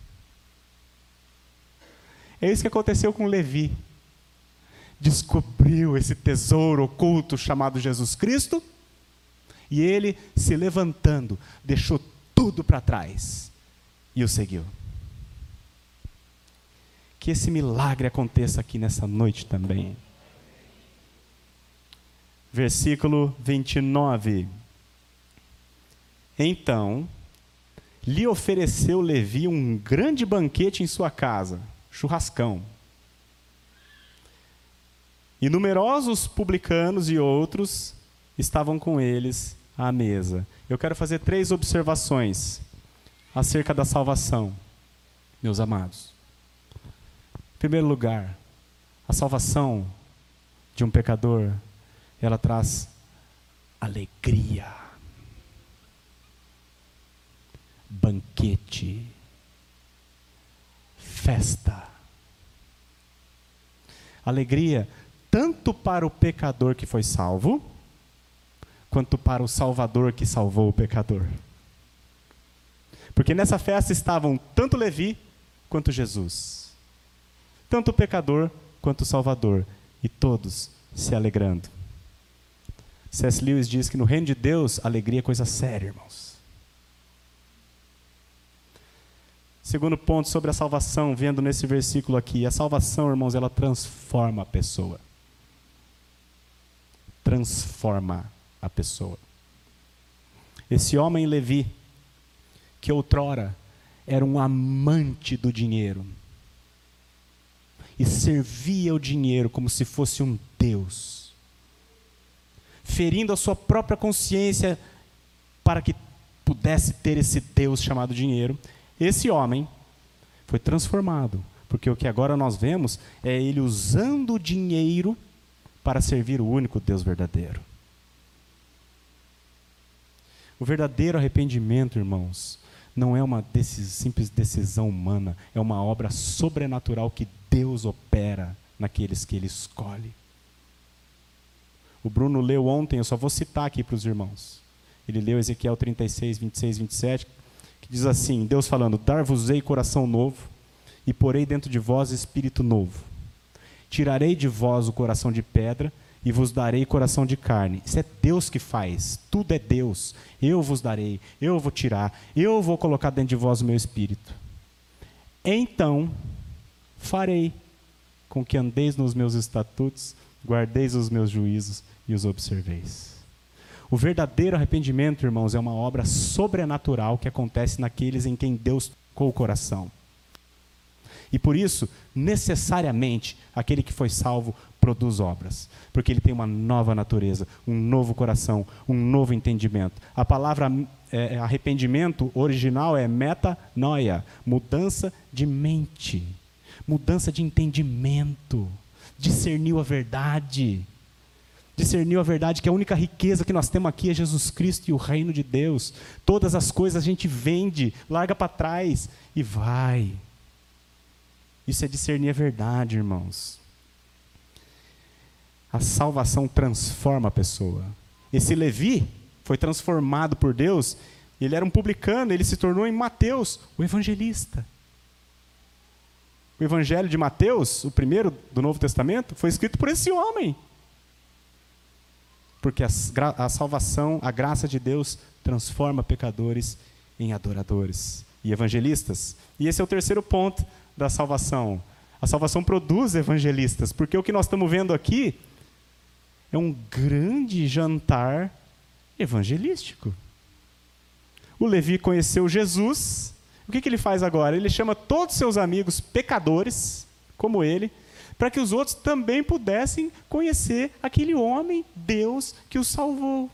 É isso que aconteceu com Levi. Descobriu esse tesouro oculto chamado Jesus Cristo, e ele, se levantando, deixou tudo para trás e o seguiu. Que esse milagre aconteça aqui nessa noite também. Versículo 29. Então, lhe ofereceu Levi um grande banquete em sua casa, churrascão. E numerosos publicanos e outros estavam com eles à mesa. Eu quero fazer 3 observações acerca da salvação, meus amados. Em primeiro lugar, a salvação de um pecador, ela traz alegria, banquete, festa. Alegria tanto para o pecador que foi salvo, quanto para o Salvador que salvou o pecador. Porque nessa festa estavam tanto Levi quanto Jesus. Tanto o pecador quanto o Salvador. E todos se alegrando. C.S. Lewis diz que no reino de Deus, alegria é coisa séria, irmãos. Segundo ponto sobre a salvação, vendo nesse versículo aqui. A salvação, irmãos, ela transforma a pessoa. Transforma a pessoa. Esse homem Levi, que outrora era um amante do dinheiro, e servia o dinheiro como se fosse um Deus, ferindo a sua própria consciência para que pudesse ter esse Deus chamado dinheiro, esse homem foi transformado, porque o que agora nós vemos é ele usando o dinheiro para servir o único Deus verdadeiro. O verdadeiro arrependimento, irmãos, não é uma simples decisão humana, é uma obra sobrenatural que Deus opera naqueles que Ele escolhe. O Bruno leu ontem, eu só vou citar aqui para os irmãos. Ele leu Ezequiel 36, 26, 27, que diz assim, Deus falando, dar-vos-ei coração novo, e porei dentro de vós espírito novo. Tirarei de vós o coração de pedra e vos darei coração de carne. Isso é Deus que faz, tudo é Deus. Eu vos darei, eu vou tirar, eu vou colocar dentro de vós o meu espírito. Então farei com que andeis nos meus estatutos, guardeis os meus juízos e os observeis. O verdadeiro arrependimento, irmãos, é uma obra sobrenatural que acontece naqueles em quem Deus tocou o coração. E por isso, necessariamente, aquele que foi salvo produz obras, porque ele tem uma nova natureza, um novo coração, um novo entendimento. A palavra arrependimento original é metanoia, mudança de mente, mudança de entendimento, discerniu a verdade. Discerniu a verdade que a única riqueza que nós temos aqui é Jesus Cristo e o reino de Deus. Todas as coisas a gente vende, larga para trás e vai. Isso é discernir a verdade, irmãos. A salvação transforma a pessoa. Esse Levi foi transformado por Deus, ele era um publicano, ele se tornou em Mateus, o evangelista. O evangelho de Mateus, o primeiro do Novo Testamento, foi escrito por esse homem. Porque a salvação, a graça de Deus transforma pecadores em adoradores e evangelistas. E esse é o terceiro ponto da salvação. A salvação produz evangelistas, porque o que nós estamos vendo aqui é um grande jantar evangelístico. O Levi conheceu Jesus. O que ele faz agora? Ele chama todos os seus amigos pecadores, como ele, para que os outros também pudessem conhecer aquele homem, Deus, que os salvou.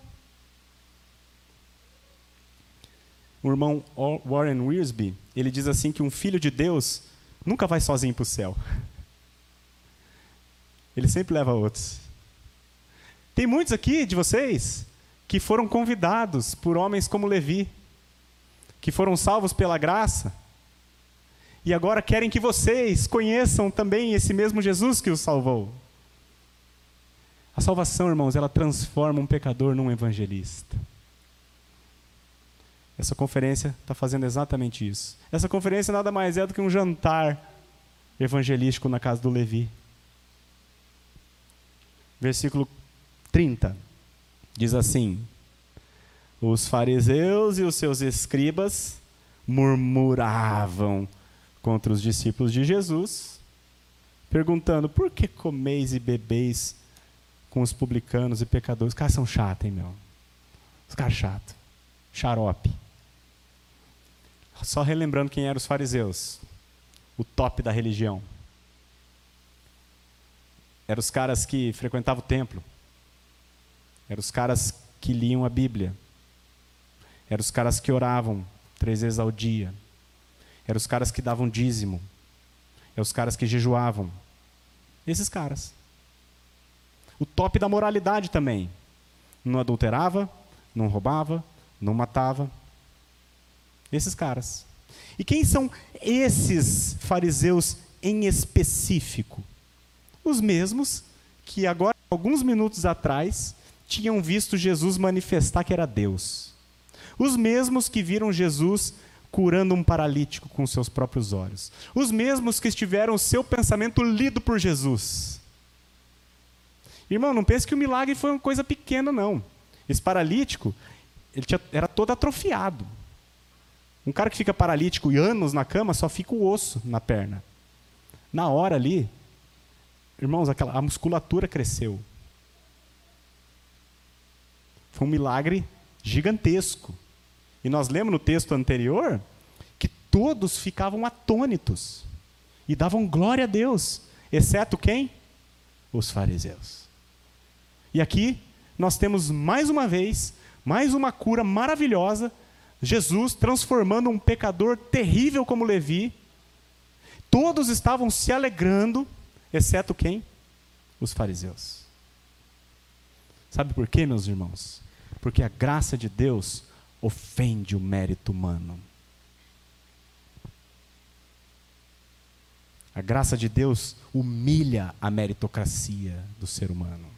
O irmão Warren Wiersbe, ele diz assim que um filho de Deus nunca vai sozinho para o céu. Ele sempre leva outros. Tem muitos aqui de vocês que foram convidados por homens como Levi, que foram salvos pela graça, e agora querem que vocês conheçam também esse mesmo Jesus que os salvou. A salvação, irmãos, ela transforma um pecador num evangelista. Essa conferência está fazendo exatamente isso. Essa conferência nada mais é do que um jantar evangelístico na casa do Levi. Versículo 30 diz assim: os fariseus e os seus escribas murmuravam contra os discípulos de Jesus, perguntando: por que comeis e bebeis com os publicanos e pecadores? Os caras são chatos, hein, meu? Os caras chatos. Xarope. Só relembrando quem eram os fariseus. O top da religião. Eram os caras que frequentavam o templo. Eram os caras que liam a Bíblia. Eram os caras que oravam 3 vezes ao dia. Eram os caras que davam dízimo. Eram os caras que jejuavam. Esses caras. O top da moralidade também. Não adulterava, não roubava, não matava. Esses caras. E quem são esses fariseus em específico? Os mesmos que agora, alguns minutos atrás, tinham visto Jesus manifestar que era Deus. Os mesmos que viram Jesus curando um paralítico com seus próprios olhos. Os mesmos que tiveram o seu pensamento lido por Jesus. Irmão, não pense que o milagre foi uma coisa pequena, não. Esse paralítico, era todo atrofiado. Um cara que fica paralítico e anos na cama, só fica o osso na perna. Na hora ali, irmãos, a musculatura cresceu. Foi um milagre gigantesco. E nós lemos no texto anterior que todos ficavam atônitos e davam glória a Deus, exceto quem? Os fariseus. E aqui nós temos mais uma vez, mais uma cura maravilhosa, Jesus transformando um pecador terrível como Levi. Todos estavam se alegrando, exceto quem? Os fariseus. Sabe por quê, meus irmãos? Porque a graça de Deus ofende o mérito humano. A graça de Deus humilha a meritocracia do ser humano.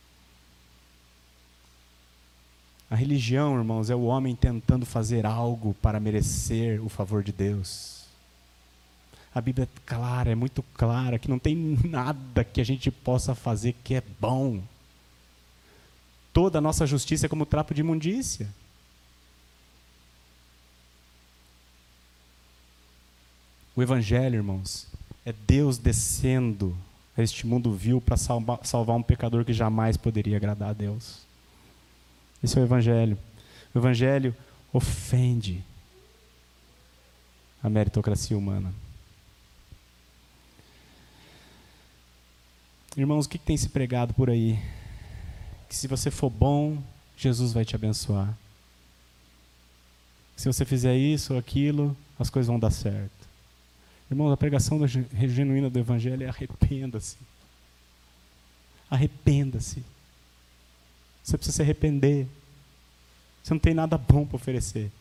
A religião, irmãos, é o homem tentando fazer algo para merecer o favor de Deus. A Bíblia é clara, é muito clara, que não tem nada que a gente possa fazer que é bom. Toda a nossa justiça é como trapo de imundícia. O Evangelho, irmãos, é Deus descendo a este mundo vil para salvar um pecador que jamais poderia agradar a Deus. Esse é o Evangelho. O Evangelho ofende a meritocracia humana. Irmãos, o que tem se pregado por aí? Que se você for bom, Jesus vai te abençoar. Se você fizer isso ou aquilo, as coisas vão dar certo. Irmãos, a pregação genuína do Evangelho é arrependa-se. Arrependa-se. Você precisa se arrepender. Você não tem nada bom para oferecer.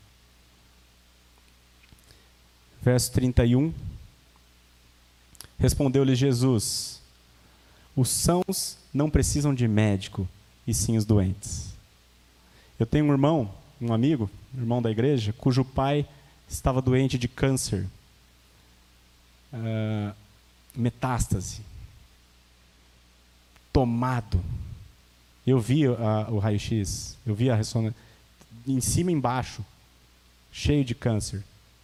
Verso 31. Respondeu-lhe Jesus: os sãos não precisam de médico, e sim os doentes. Eu tenho um irmão, um amigo, irmão da igreja, cujo pai estava doente de câncer. Metástase. Tomado. Eu vi o raio-x, eu vi a ressonância, em cima e embaixo, cheio de câncer.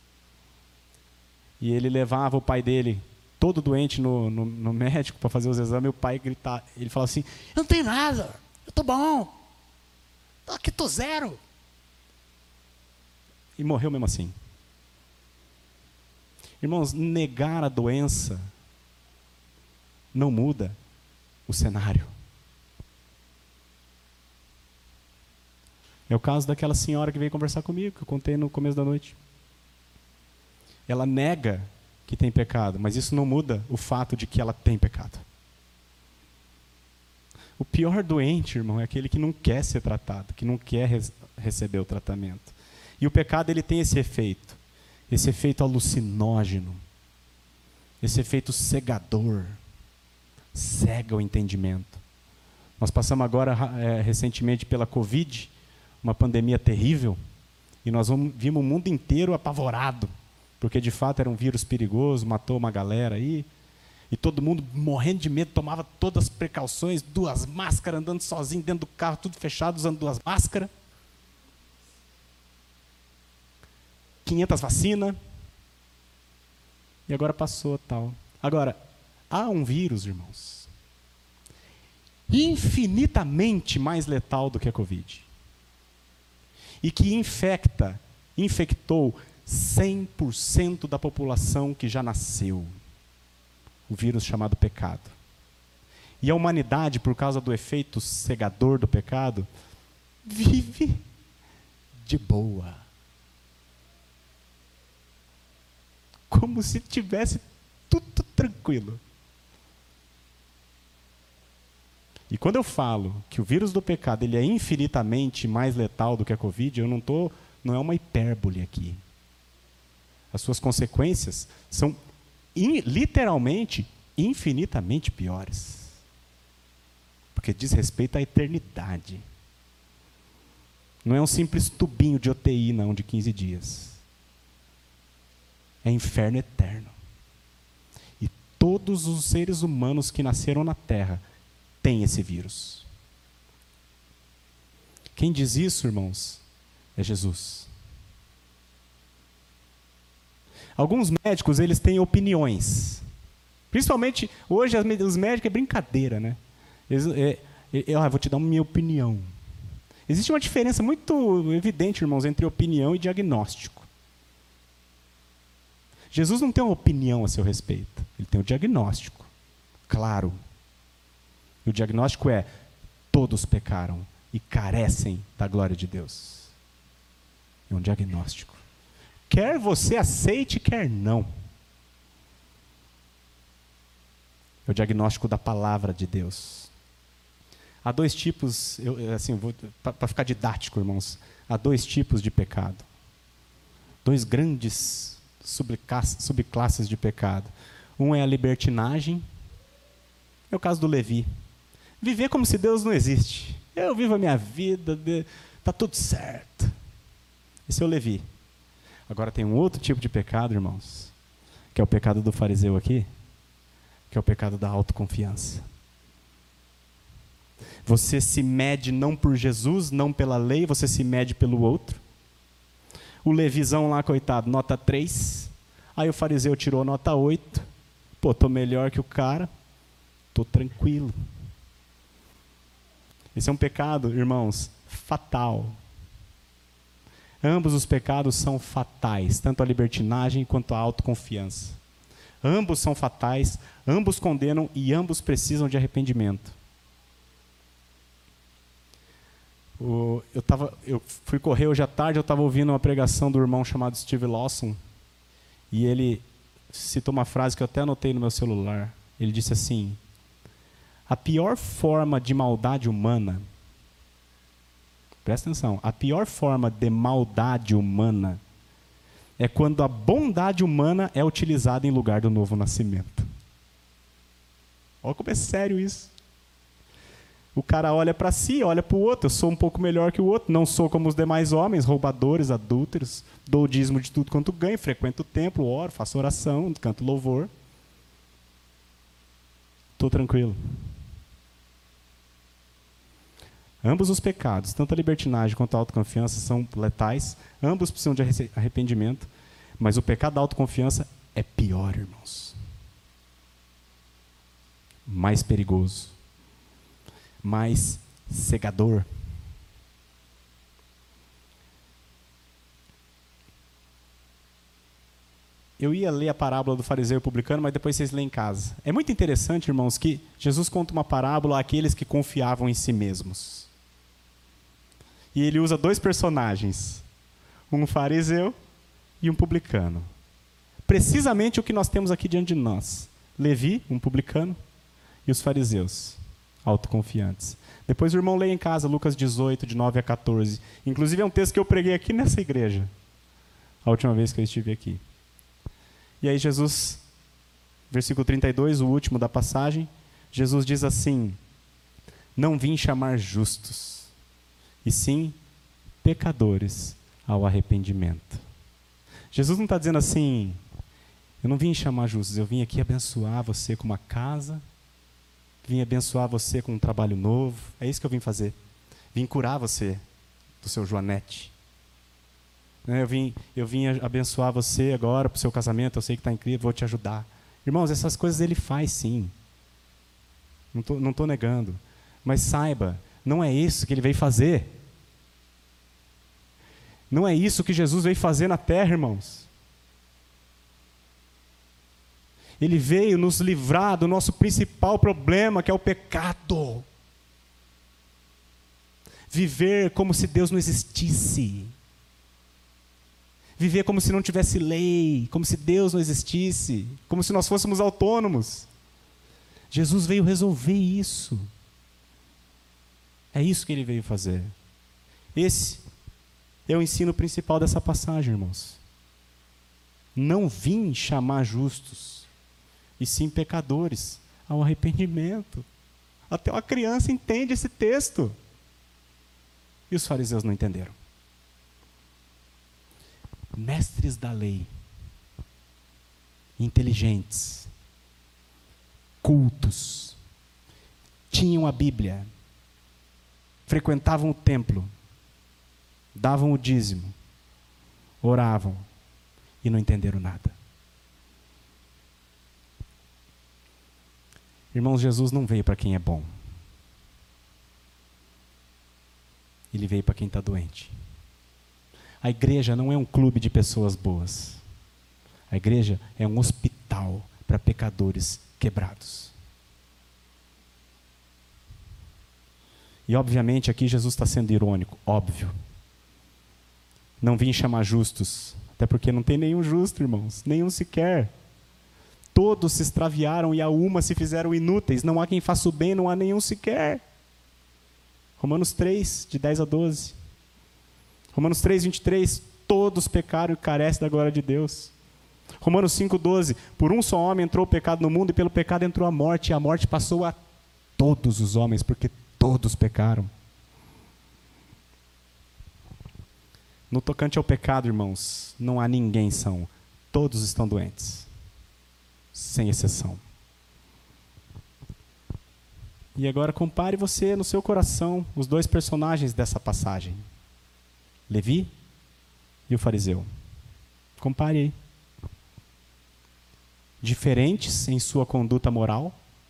E ele levava o pai dele, todo doente, no médico para fazer os exames, e o pai gritava, ele falava assim: eu não tenho nada, eu estou bom, aqui estou zero. E morreu mesmo assim. Irmãos, negar a doença não muda o cenário. É o caso daquela senhora que veio conversar comigo, que eu contei no começo da noite. Ela nega que tem pecado, mas isso não muda o fato de que ela tem pecado. O pior doente, irmão, é aquele que não quer ser tratado, que não quer receber o tratamento. E o pecado, ele tem esse efeito alucinógeno, esse efeito cegador, cega o entendimento. Nós passamos agora, recentemente, pela Covid, uma pandemia terrível, e nós vimos o mundo inteiro apavorado, porque de fato era um vírus perigoso, matou uma galera aí, e todo mundo morrendo de medo, tomava todas as precauções, 2 máscaras, andando sozinho dentro do carro, tudo fechado, usando 2 máscaras. 500 vacinas. E agora passou tal. Agora, há um vírus, irmãos, infinitamente mais letal do que a Covid. E que infectou 100% da população que já nasceu. O vírus chamado pecado. E a humanidade, por causa do efeito cegador do pecado, vive de boa. Como se tivesse tudo tranquilo. E quando eu falo que o vírus do pecado ele é infinitamente mais letal do que a Covid, não é uma hipérbole aqui. As suas consequências são literalmente infinitamente piores. Porque diz respeito à eternidade. Não é um simples tubinho de UTI, não, de 15 dias. É inferno eterno. E todos os seres humanos que nasceram na Terra têm esse vírus. Quem diz isso, irmãos, é Jesus. Alguns médicos, eles têm opiniões. Principalmente, hoje, os médicos é brincadeira, né? Eu vou te dar uma minha opinião. Existe uma diferença muito evidente, irmãos, entre opinião e diagnóstico. Jesus não tem uma opinião a seu respeito. Ele tem um diagnóstico. Claro. E o diagnóstico é: todos pecaram e carecem da glória de Deus. É um diagnóstico. Quer você aceite, quer não. É o diagnóstico da palavra de Deus. Há 2 tipos, para ficar didático, irmãos, há 2 tipos de pecado. 2 grandes subclasses de pecado. Um é a libertinagem, é o caso do Levi. Viver como se Deus não existe. Eu vivo a minha vida, está tudo certo. Esse é o Levi. Agora tem um outro tipo de pecado, irmãos, que é o pecado do fariseu aqui? Que é o pecado da autoconfiança. Você se mede não por Jesus, não pela lei, você se mede pelo outro. O levizão lá, coitado, nota 3. Aí o fariseu tirou nota 8. Pô, tô melhor que o cara. Tô tranquilo. Esse é um pecado, irmãos, fatal. Ambos os pecados são fatais, tanto a libertinagem quanto a autoconfiança. Ambos são fatais, ambos condenam e ambos precisam de arrependimento. Eu fui correr hoje à tarde, eu estava ouvindo uma pregação do irmão chamado Steve Lawson, e ele citou uma frase que eu até anotei no meu celular. Ele disse assim: a pior forma de maldade humana, presta atenção, a pior forma de maldade humana é quando a bondade humana é utilizada em lugar do novo nascimento. Olha como é sério isso. O cara olha para si, olha para o outro. Eu sou um pouco melhor que o outro. Não sou como os demais homens, roubadores, adúlteros. Dou o dízimo de tudo quanto ganho. Frequento o templo, oro, faço oração, canto louvor. Estou tranquilo. Ambos os pecados, tanto a libertinagem quanto a autoconfiança, são letais. Ambos precisam de arrependimento. Mas o pecado da autoconfiança é pior, irmãos. Mais perigoso. Mais cegador. Eu ia ler a parábola do fariseu e publicano, mas depois vocês lêem em casa. É muito interessante, irmãos, que Jesus conta uma parábola àqueles que confiavam em si mesmos. E ele usa dois personagens, um fariseu e um publicano. Precisamente o que nós temos aqui diante de nós. Levi, um publicano, e os fariseus, autoconfiantes. Depois o irmão lê em casa, Lucas 18, de 9 a 14. Inclusive é um texto que eu preguei aqui nessa igreja, a última vez que eu estive aqui. E aí Jesus, versículo 32, o último da passagem, Jesus diz assim: não vim chamar justos, e sim pecadores ao arrependimento. Jesus não está dizendo assim: eu não vim chamar justos, eu vim aqui abençoar você com uma casa, vim abençoar você com um trabalho novo. É isso que eu vim fazer. Vim curar você do seu joanete. Eu vim abençoar você agora para o seu casamento. Eu sei que está incrível, vou te ajudar. Irmãos, essas coisas ele faz sim. Não estou negando. Mas saiba, não é isso que ele veio fazer. Não é isso que Jesus veio fazer na terra, irmãos. Ele veio nos livrar do nosso principal problema, que é o pecado. Viver como se Deus não existisse. Viver como se não tivesse lei, como se Deus não existisse, como se nós fôssemos autônomos. Jesus veio resolver isso. É isso que ele veio fazer. Esse é o ensino principal dessa passagem, irmãos. Não vim chamar justos, e sim pecadores ao arrependimento. Até uma criança entende esse texto. E os fariseus não entenderam. Mestres da lei, inteligentes, cultos, tinham a Bíblia, frequentavam o templo, davam o dízimo, oravam e não entenderam nada. Irmãos, Jesus não veio para quem é bom. Ele veio para quem está doente. A igreja não é um clube de pessoas boas. A igreja é um hospital para pecadores quebrados. E obviamente aqui Jesus está sendo irônico, óbvio. Não vim chamar justos, até porque não tem nenhum justo, irmãos, nenhum sequer. Todos se extraviaram e a uma se fizeram inúteis. Não há quem faça o bem, não há nenhum sequer. Romanos 3, de 10 a 12. Romanos 3, 23, todos pecaram e carecem da glória de Deus. Romanos 5, 12, por um só homem entrou o pecado no mundo e pelo pecado entrou a morte. E a morte passou a todos os homens, porque todos pecaram. No tocante ao pecado, irmãos, não há ninguém são. Todos estão doentes. sem exceção. E agora compare você no seu coração os dois personagens dessa passagem. Levi e o fariseu. Compare aí. Diferentes em sua conduta moral.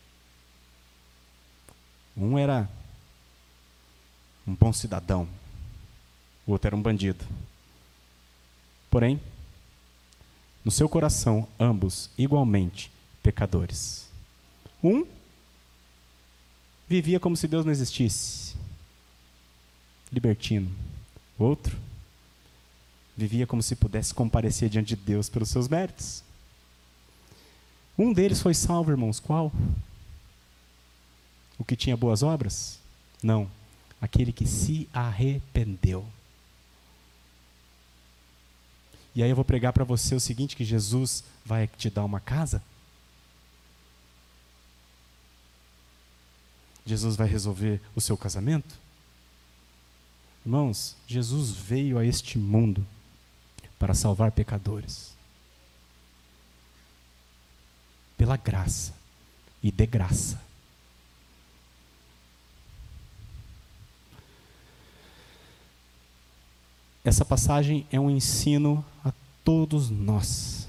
Um era um bom cidadão, o outro era um bandido. Porém, no seu coração, ambos igualmente pecadores. Um vivia como se Deus não existisse, libertino. O outro vivia como se pudesse comparecer diante de Deus pelos seus méritos. Um deles foi salvo, irmãos. Qual? O que tinha boas obras? Não. Aquele que se arrependeu. E aí eu vou pregar para você o seguinte, que Jesus vai te dar uma casa? Jesus vai resolver o seu casamento? Irmãos, Jesus veio a este mundo para salvar pecadores. Pela graça e de graça. Essa passagem é um ensino a todos nós.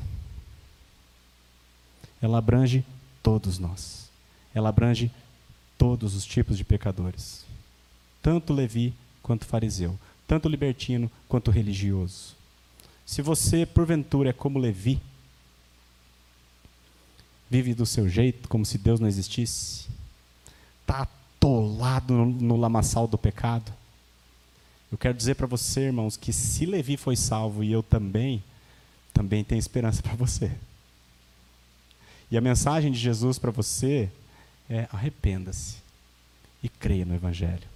Ela abrange todos nós. Ela abrange todos os tipos de pecadores. Tanto Levi quanto fariseu. Tanto libertino quanto religioso. Se você, porventura, é como Levi, vive do seu jeito, como se Deus não existisse, está atolado no lamaçal do pecado, eu quero dizer para você, irmãos, que se Levi foi salvo e eu também tem esperança para você. E a mensagem de Jesus para você é: arrependa-se e creia no Evangelho.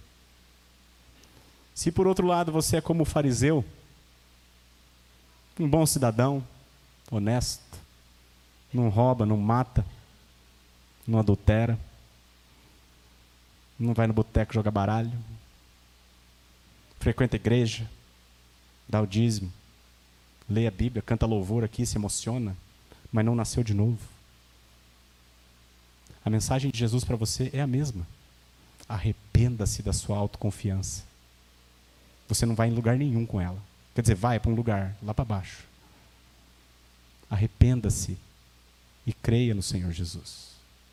Se por outro lado você é como o fariseu, um bom cidadão, honesto, não rouba, não mata, não adultera, não vai no boteco jogar baralho, frequenta a igreja, dá o dízimo, lê a Bíblia, canta louvor aqui, se emociona, mas não nasceu de novo. A mensagem de Jesus para você é a mesma. Arrependa-se da sua autoconfiança. Você não vai em lugar nenhum com ela. Quer dizer, vai para um lugar, lá para baixo. Arrependa-se e creia no Senhor Jesus.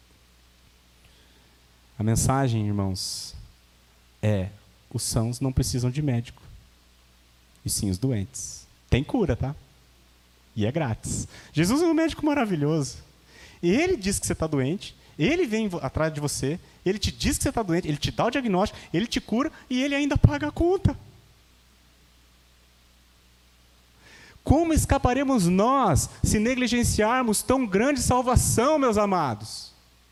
A mensagem, irmãos, é: os sãos não precisam de médico, e sim os doentes. Tem cura, tá? E é grátis. Jesus é um médico maravilhoso. Ele diz que você está doente, ele vem atrás de você, ele te diz que você está doente, ele te dá o diagnóstico, ele te cura e ele ainda paga a conta. Como escaparemos nós se negligenciarmos tão grande salvação, meus amados?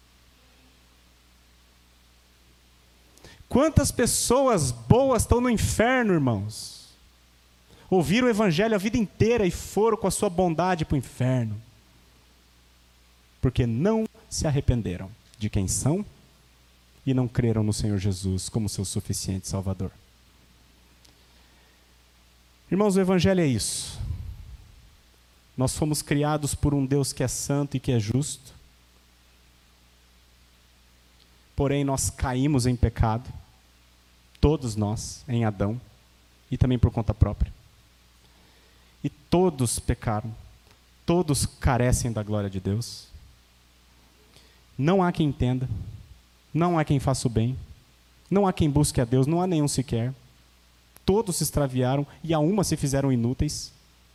Quantas pessoas boas estão no inferno, irmãos? Ouviram o Evangelho a vida inteira e foram com a sua bondade para o inferno. Porque não se arrependeram de quem são e não creram no Senhor Jesus como seu suficiente Salvador. Irmãos, o Evangelho é isso. Nós fomos criados por um Deus que é santo e que é justo. Porém, nós caímos em pecado. Todos nós, em Adão, e também por conta própria. E todos pecaram. Todos carecem da glória de Deus. Não há quem entenda. Não há quem faça o bem. Não há quem busque a Deus. Não há nenhum sequer. Todos se extraviaram e a uma se fizeram inúteis.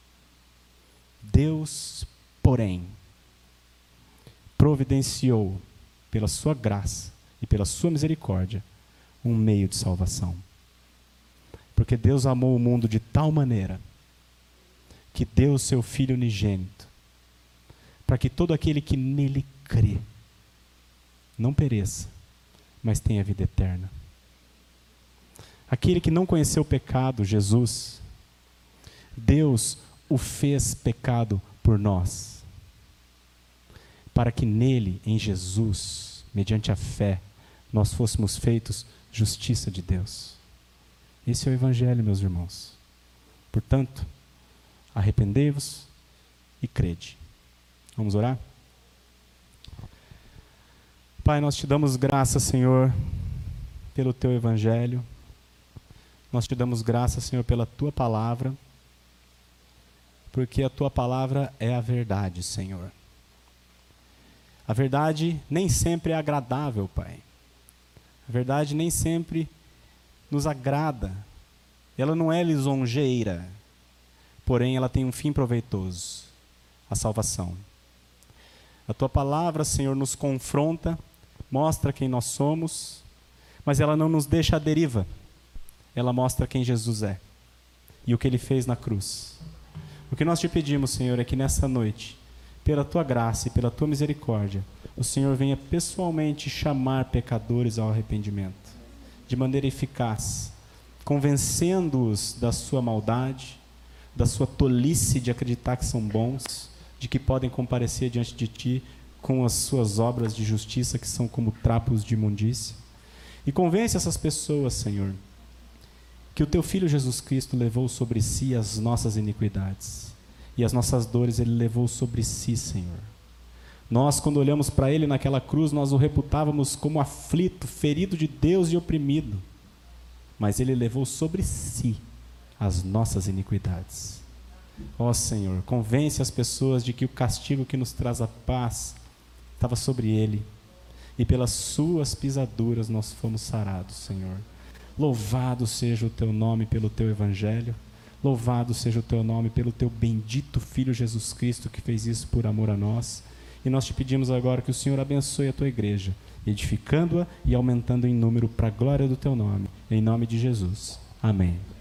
Deus, porém, providenciou, pela sua graça e pela sua misericórdia, um meio de salvação. Porque Deus amou o mundo de tal maneira que deu o seu Filho unigênito, para que todo aquele que nele crê não pereça, mas tenha vida eterna. Aquele que não conheceu o pecado, Jesus, Deus o fez pecado por nós, para que nele, em Jesus, mediante a fé, nós fôssemos feitos justiça de Deus. Esse é o Evangelho, meus irmãos. Portanto, arrependei-vos e crede. Vamos orar? Pai, nós te damos graça, Senhor, pelo teu evangelho. Nós te damos graça, Senhor, pela tua palavra, porque a tua palavra é a verdade, Senhor. A verdade nem sempre é agradável, Pai. A verdade nem sempre nos agrada. Ela não é lisonjeira, porém ela tem um fim proveitoso, a salvação. A tua palavra, Senhor, nos confronta, mostra quem nós somos, mas ela não nos deixa à deriva. Ela mostra quem Jesus é e o que Ele fez na cruz. O que nós te pedimos, Senhor, é que nessa noite, pela tua graça e pela tua misericórdia, o Senhor venha pessoalmente chamar pecadores ao arrependimento, de maneira eficaz, convencendo-os da sua maldade, da sua tolice de acreditar que são bons, de que podem comparecer diante de ti com as suas obras de justiça que são como trapos de imundícia. E convence essas pessoas, Senhor, que o teu Filho Jesus Cristo levou sobre si as nossas iniquidades e as nossas dores Ele levou sobre si, Senhor. Nós, quando olhamos para Ele naquela cruz, nós o reputávamos como aflito, ferido de Deus e oprimido, mas Ele levou sobre si as nossas iniquidades. Ó Senhor, convence as pessoas de que o castigo que nos traz a paz estava sobre Ele, e pelas suas pisaduras nós fomos sarados, Senhor. Louvado seja o teu nome pelo teu evangelho, louvado seja o teu nome pelo teu bendito Filho Jesus Cristo, que fez isso por amor a nós. E nós te pedimos agora que o Senhor abençoe a tua igreja, edificando-a e aumentando em número para a glória do teu nome, em nome de Jesus. Amém.